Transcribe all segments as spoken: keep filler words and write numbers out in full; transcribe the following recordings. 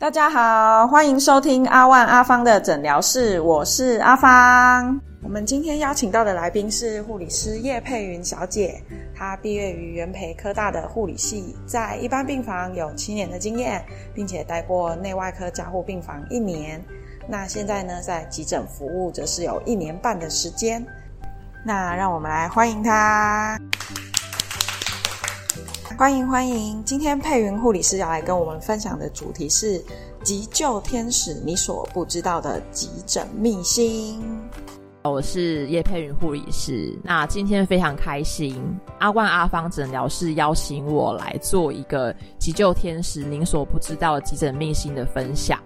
大家好，欢迎收听阿万阿芳的诊疗室，我是阿芳。我们今天邀请到的来宾是护理师叶佩云小姐，她毕业于元培科大的护理系，在一般病房有七年的经验，并且待过内外科加护病房一年。那现在呢，在急诊服务则是有一年半的时间。那让我们来欢迎她。欢迎欢迎，今天佩云护理师要来跟我们分享的主题是急救天使，你所不知道的急诊秘辛。 我是叶佩云护理师，那今天非常开心，阿万阿芳诊疗室邀请我来做一个急救天使您所不知道的急诊秘辛的分享。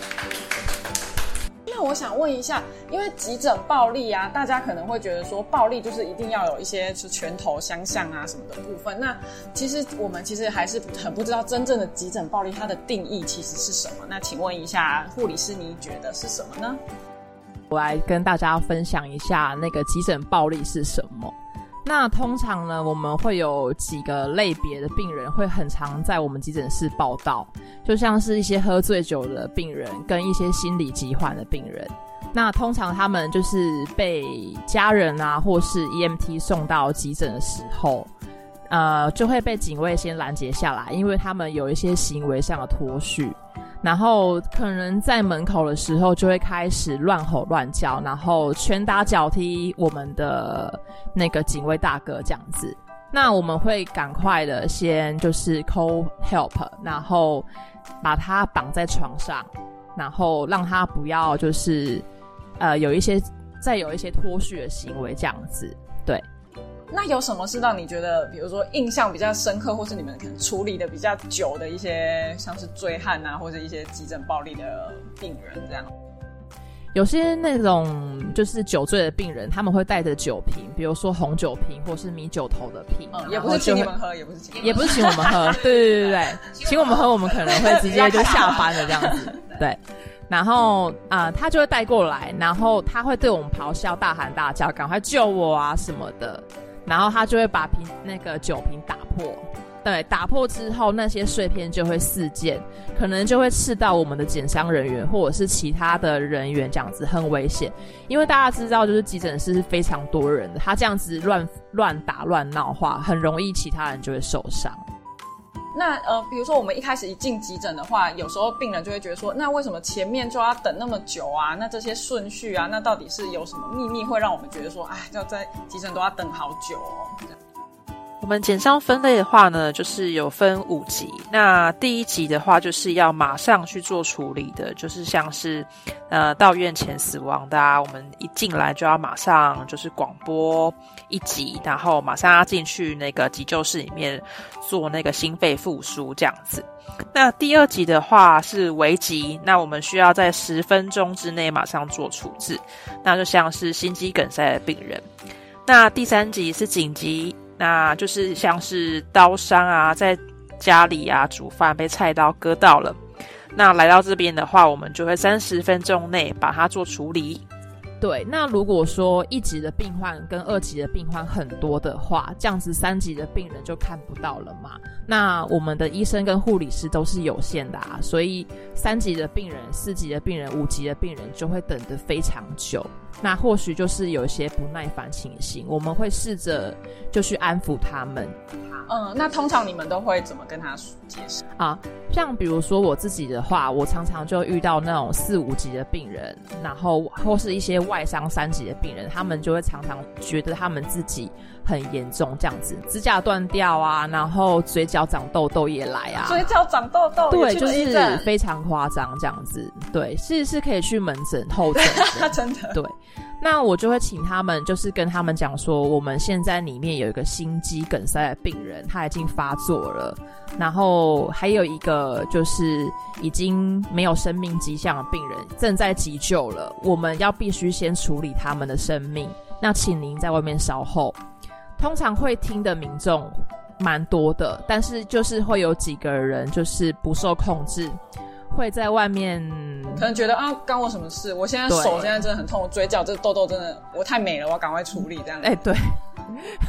那我想问一下，因为急诊暴力啊，大家可能会觉得说暴力就是一定要有一些拳头相向啊什么的部分，那其实我们其实还是很不知道真正的急诊暴力它的定义其实是什么。那请问一下护理师，你觉得是什么呢？ 我来跟大家分享一下那个急诊暴力是什么。那通常呢，我们会有几个类别的病人会很常在我们急诊室报到，就像是一些喝醉酒的病人跟一些心理疾患的病人。那通常他们就是被家人啊或是 E M T 送到急诊的时候，呃，就会被警卫先拦截下来，因为他们有一些行为上的脱序。然后可能在门口的时候就会开始乱吼乱叫，然后拳打脚踢我们的那个警卫大哥这样子。那我们会赶快的先就是 call help， 然后把他绑在床上，然后让他不要就是呃有一些再有一些脱序的行为这样子。对。 那有什么是让你觉得比如说印象比较深刻，或是你们可能处理的比较久的一些像是醉汉啊，或者一些急诊暴力的病人这样？ 有些那种就是酒醉的病人，他们会带着酒瓶，比如说红酒瓶或是米酒头的瓶， 嗯，也不是请你们喝，也不是请也不是请我们喝，对对对对，请我们喝我们可能会直接就下班了这样子，对。然后啊、呃，他就会带过来，然后他会对我们咆哮、大喊大叫，赶快救我啊什么的。然后他就会把瓶那个酒瓶打破，对，打破之后那些碎片就会四溅，可能就会刺到我们的检伤人员或者是其他的人员，这样子很危险。因为大家知道，就是急诊室是非常多人的，他这样子乱乱打乱闹话，很容易其他人就会受伤。 那呃，比如说我们一开始一进急诊的话，有时候病人就会觉得说，那为什么前面就要等那么久啊？那这些顺序啊，那到底是有什么秘密会让我们觉得说，哎，要在急诊都要等好久哦？ 我们检伤分类的话呢，就是有分五级。那第一级的话，就是要马上去做处理的，就是像是呃到院前死亡的啊，我们一进来就要马上就是广播一级，然后马上要进去那个急救室里面做那个心肺复苏这样子。那第二级的话是危急，那我们需要在十分钟之内马上做处置，那就像是心肌梗塞的病人。那第三级是紧急，那就是像是刀伤啊，在家里啊煮饭被菜刀割到了，那来到这边的话，我们就会三十分钟内把它做处理。 对，那如果说一级的病患跟二级的病患很多的话，这样子三级的病人就看不到了嘛。那我们的医生跟护理师都是有限的啊，所以三级的病人、四级的病人、五级的病人就会等得非常久。那或许就是有一些不耐烦情形，我们会试着就去安抚他们。 嗯，那通常你们都会怎么跟他解释啊？像比如说我自己的话，我常常就遇到那种四五级的病人，然后或是一些外伤三级的病人，他们就会常常觉得他们自己很严重，这样子指甲断掉啊，然后嘴角长痘痘也来啊， 嘴角长痘痘， 对，就是非常夸张这样子。对，是是可以去门诊候诊的， 真的对。那我就会请他们，就是跟他们讲说，我们现在里面有一个心肌梗塞的病人，他已经发作了，然后还有一个就是已经没有生命迹象的病人正在急救了，我们要必须先处理他们的生命，那请您在外面稍后。通常会听的民众蛮多的，但是就是会有几个人就是不受控制，会在外面可能觉得啊，干我什么事？我现在手现在真的很痛，我嘴角这痘痘真的我太美了，我要赶快处理这样子。 哎、欸，对。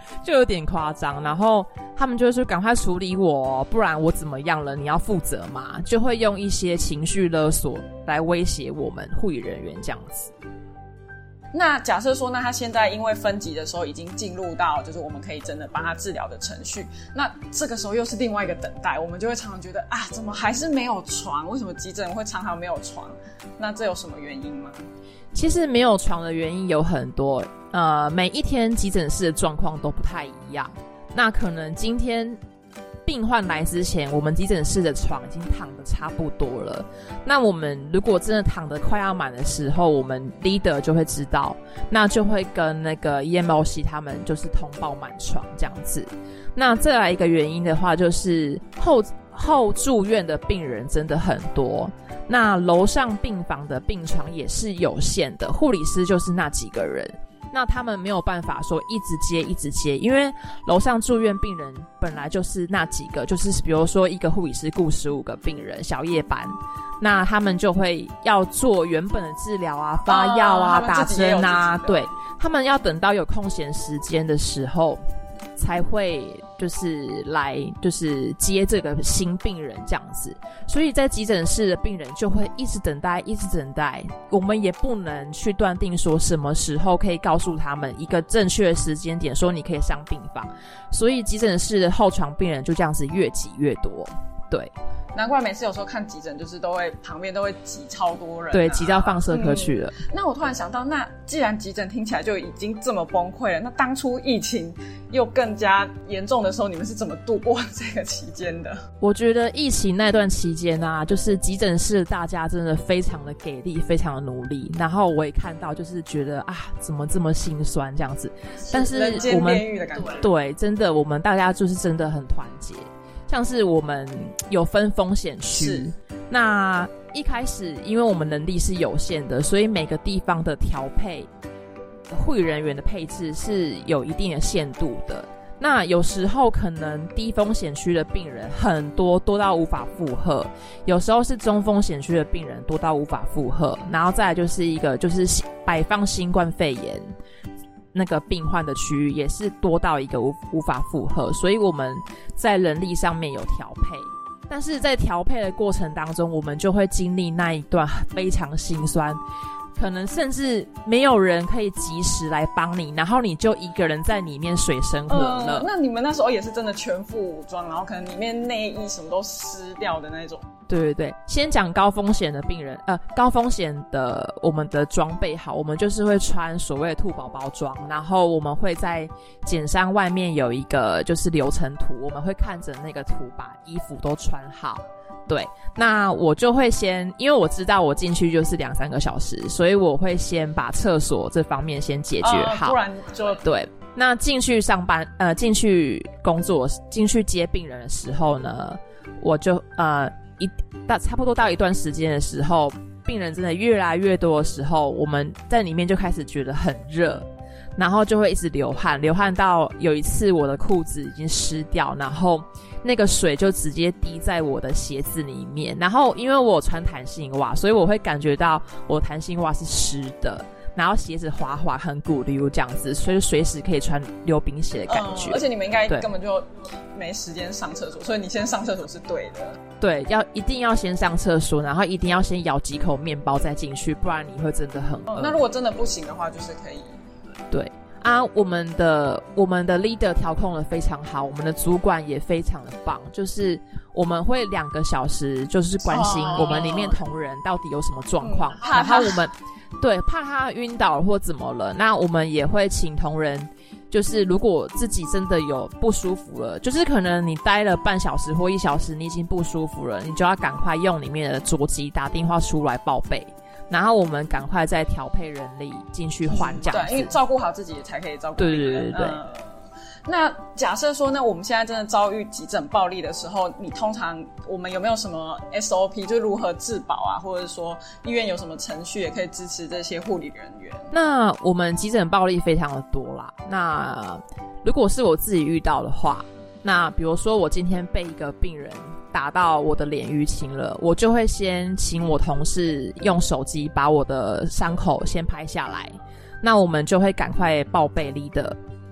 就有点夸张。然后他们就会说赶快处理我，不然我怎么样了，你要负责嘛，就会用一些情绪勒索来威胁我们护理人员这样子。 那假设说，那他现在因为分级的时候已经进入到就是我们可以真的帮他治疗的程序，那这个时候又是另外一个等待，我们就会常常觉得啊，怎么还是没有床？为什么急诊会常常没有床？那这有什么原因吗？ 其实没有床的原因有很多，呃，每一天急诊室的状况都不太一样。那可能今天病患来之前，我们急诊室的床已经躺得差不多了。那我们如果真的躺得快要满的时候，我们 leader 就会知道，那就会跟那个 E M O C 他们就是通报满床这样子。那再来一个原因的话，就是后后住院的病人真的很多，那楼上病房的病床也是有限的，护理师就是那几个人。那他们没有办法说一直接一直接，因为楼上住院病人本来就是那几个，就是比如说一个护理师顾十五个病人小夜班，那他们就会要做原本的治疗啊，发药啊，打针啊，对，他们要等到有空闲时间的时候才会就是来就是接这个新病人这样子。所以在急诊室的病人就会一直等待一直等待，我们也不能去断定说什么时候可以告诉他们一个正确的时间点说你可以上病房，所以急诊室的后床病人就这样子越挤越多。对， 难怪每次有时候看急诊就是都会旁边都会挤超多人、啊、 对，挤到放射科去了、 嗯、那我突然想到，那既然急诊听起来就已经这么崩溃了，那当初疫情又更加严重的时候，你们是怎么度过这个期间的？ 我觉得疫情那段期间啊，就是急诊室大家真的非常的给力，非常的努力，然后我也看到就是觉得啊怎么这么心酸这样子，但是人间炼狱的感觉。 对，真的我们大家就是真的很团结，像是我们有分风险区，那一开始因为我们能力是有限的，所以每个地方的调配护理人员的配置是有一定的限度的。那有时候可能低风险区的病人很多，多到无法负荷，有时候是中风险区的病人多到无法负荷，然后再来就是一个就是摆放新冠肺炎那个病患的区域也是多到一个 无, 无法负荷，所以我们在人力上面有调配，但是在调配的过程当中，我们就会经历那一段非常心酸，可能甚至没有人可以及时来帮你，然后你就一个人在里面水深火热、 呃、那你们那时候也是真的全副武装，然后可能里面内衣什么都湿掉的那种？ 对对对，先讲高风险的病人，呃，高风险的我们的装备好，我们就是会穿所谓的兔宝宝装，然后我们会在检伤外面有一个就是流程图，我们会看着那个图把衣服都穿好。对，那我就会先，因为我知道我进去就是两三个小时，所以我会先把厕所这方面先解决好， 呃、不然就对。那进去上班，呃，进去工作，进去接病人的时候呢，我就呃一到差不多到一段时间的时候，病人真的越来越多的时候，我们在里面就开始觉得很热。然后就会一直流汗，流汗到有一次我的裤子已经湿掉，然后那个水就直接滴在我的鞋子里面，然后因为我有穿弹性袜，所以我会感觉到我弹性袜是湿的，然后鞋子滑滑很鼓溜这样子，所以随时可以穿流鼻血的感觉、 嗯、而且你们应该根本就没时间上厕所，所以你先上厕所是对的。 对，要一定要先上厕所，然后一定要先咬几口面包再进去，不然你会真的很饿、 嗯、那如果真的不行的话，就是可以对啊，我们的我们的 leader 调控的非常好，我们的主管也非常的棒，就是我们会两个小时就是关心我们里面同仁到底有什么状况、嗯、然后我们对怕他晕倒或怎么了，那我们也会请同仁，就是如果自己真的有不舒服了，就是可能你待了半小时或一小时，你已经不舒服了，你就要赶快用里面的桌机打电话出来报备，然后我们赶快再调配人力进去换这样子、 嗯、对，因为照顾好自己才可以照顾病人。 对对对对、嗯、 那假设说呢，我们现在真的遭遇急诊暴力的时候，你通常我们有没有什么 S O P， 就是如何自保啊，或者说医院有什么程序也可以支持这些护理人员？ 那我们急诊暴力非常的多啦，那如果是我自己遇到的话，那比如说我今天被一个病人打到我的脸淤青了，我就会先请我同事用手机把我的伤口先拍下来，那我们就会赶快报备 leader，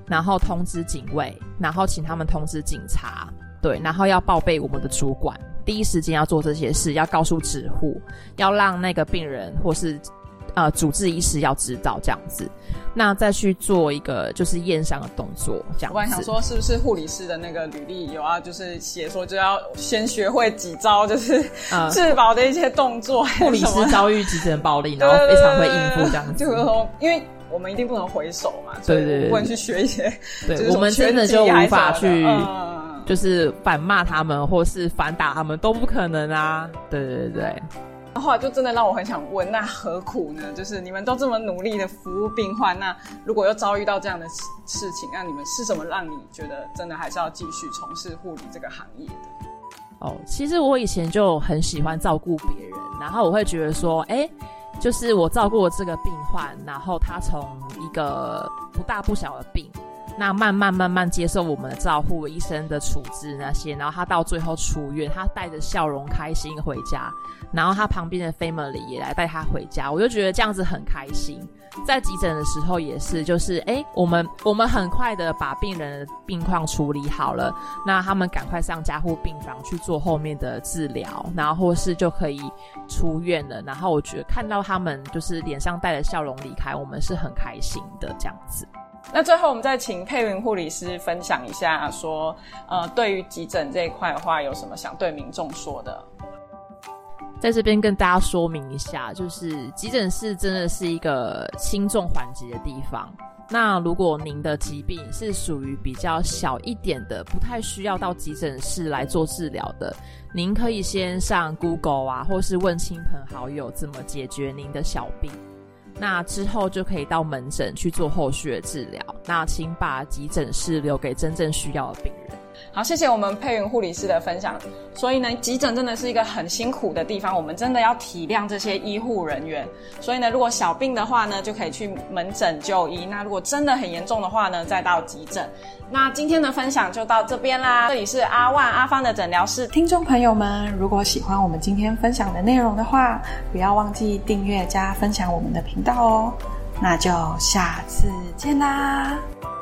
然后通知警卫，然后请他们通知警察，对，然后要报备我们的主管，第一时间要做这些事，要告诉指护，要让那个病人或是呃主治医师要知道这样子，那再去做一个就是验伤的动作这样子。 我本来想说是不是护理师的那个履历有啊，就是写说就要先学会几招就是治保的一些动作， 护、呃、理师遭遇急诊暴力然后非常会应付这样子， 就是说因为我们一定不能回首嘛， 对对对， 不能去学一些， 对，我们真的就无法去、嗯、就是反骂他们或是反打他们都不可能啊，对对对。 后来就真的让我很想问，那何苦呢？就是你们都这么努力的服务病患，那如果又遭遇到这样的事情，那你们是什么让你觉得真的还是要继续从事护理这个行业的？ 哦，其实我以前就很喜欢照顾别人，然后我会觉得说，哎，就是我照顾了这个病患，然后他从一个不大不小的病，那慢慢慢慢接受我们的照护，医生的处置那些，然后他到最后出院，他带着笑容开心回家，然后他旁边的 family 也来带他回家，我就觉得这样子很开心。在急诊的时候也是，就是诶我们我们很快的把病人的病况处理好了，那他们赶快上加护病房去做后面的治疗，然后或是就可以出院了，然后我觉得看到他们就是脸上带着笑容离开，我们是很开心的这样子。 那最后我们再请佩云护理师分享一下说呃，对于急诊这一块的话有什么想对民众说的？ 在这边跟大家说明一下，就是急诊室真的是一个轻重缓急的地方，那如果您的疾病是属于比较小一点的，不太需要到急诊室来做治疗的，您可以先上 Google 啊，或是问亲朋好友怎么解决您的小病，那之后就可以到门诊去做后续的治疗，那请把急诊室留给真正需要的病人。 好，谢谢我们佩云护理师的分享。所以呢，急诊真的是一个很辛苦的地方，我们真的要体谅这些医护人员。所以呢，如果小病的话呢，就可以去门诊就医，那如果真的很严重的话呢，再到急诊。那今天的分享就到这边啦，这里是阿万阿芳的诊疗室。听众朋友们，如果喜欢我们今天分享的内容的话，不要忘记订阅加分享我们的频道哦。那就下次见啦。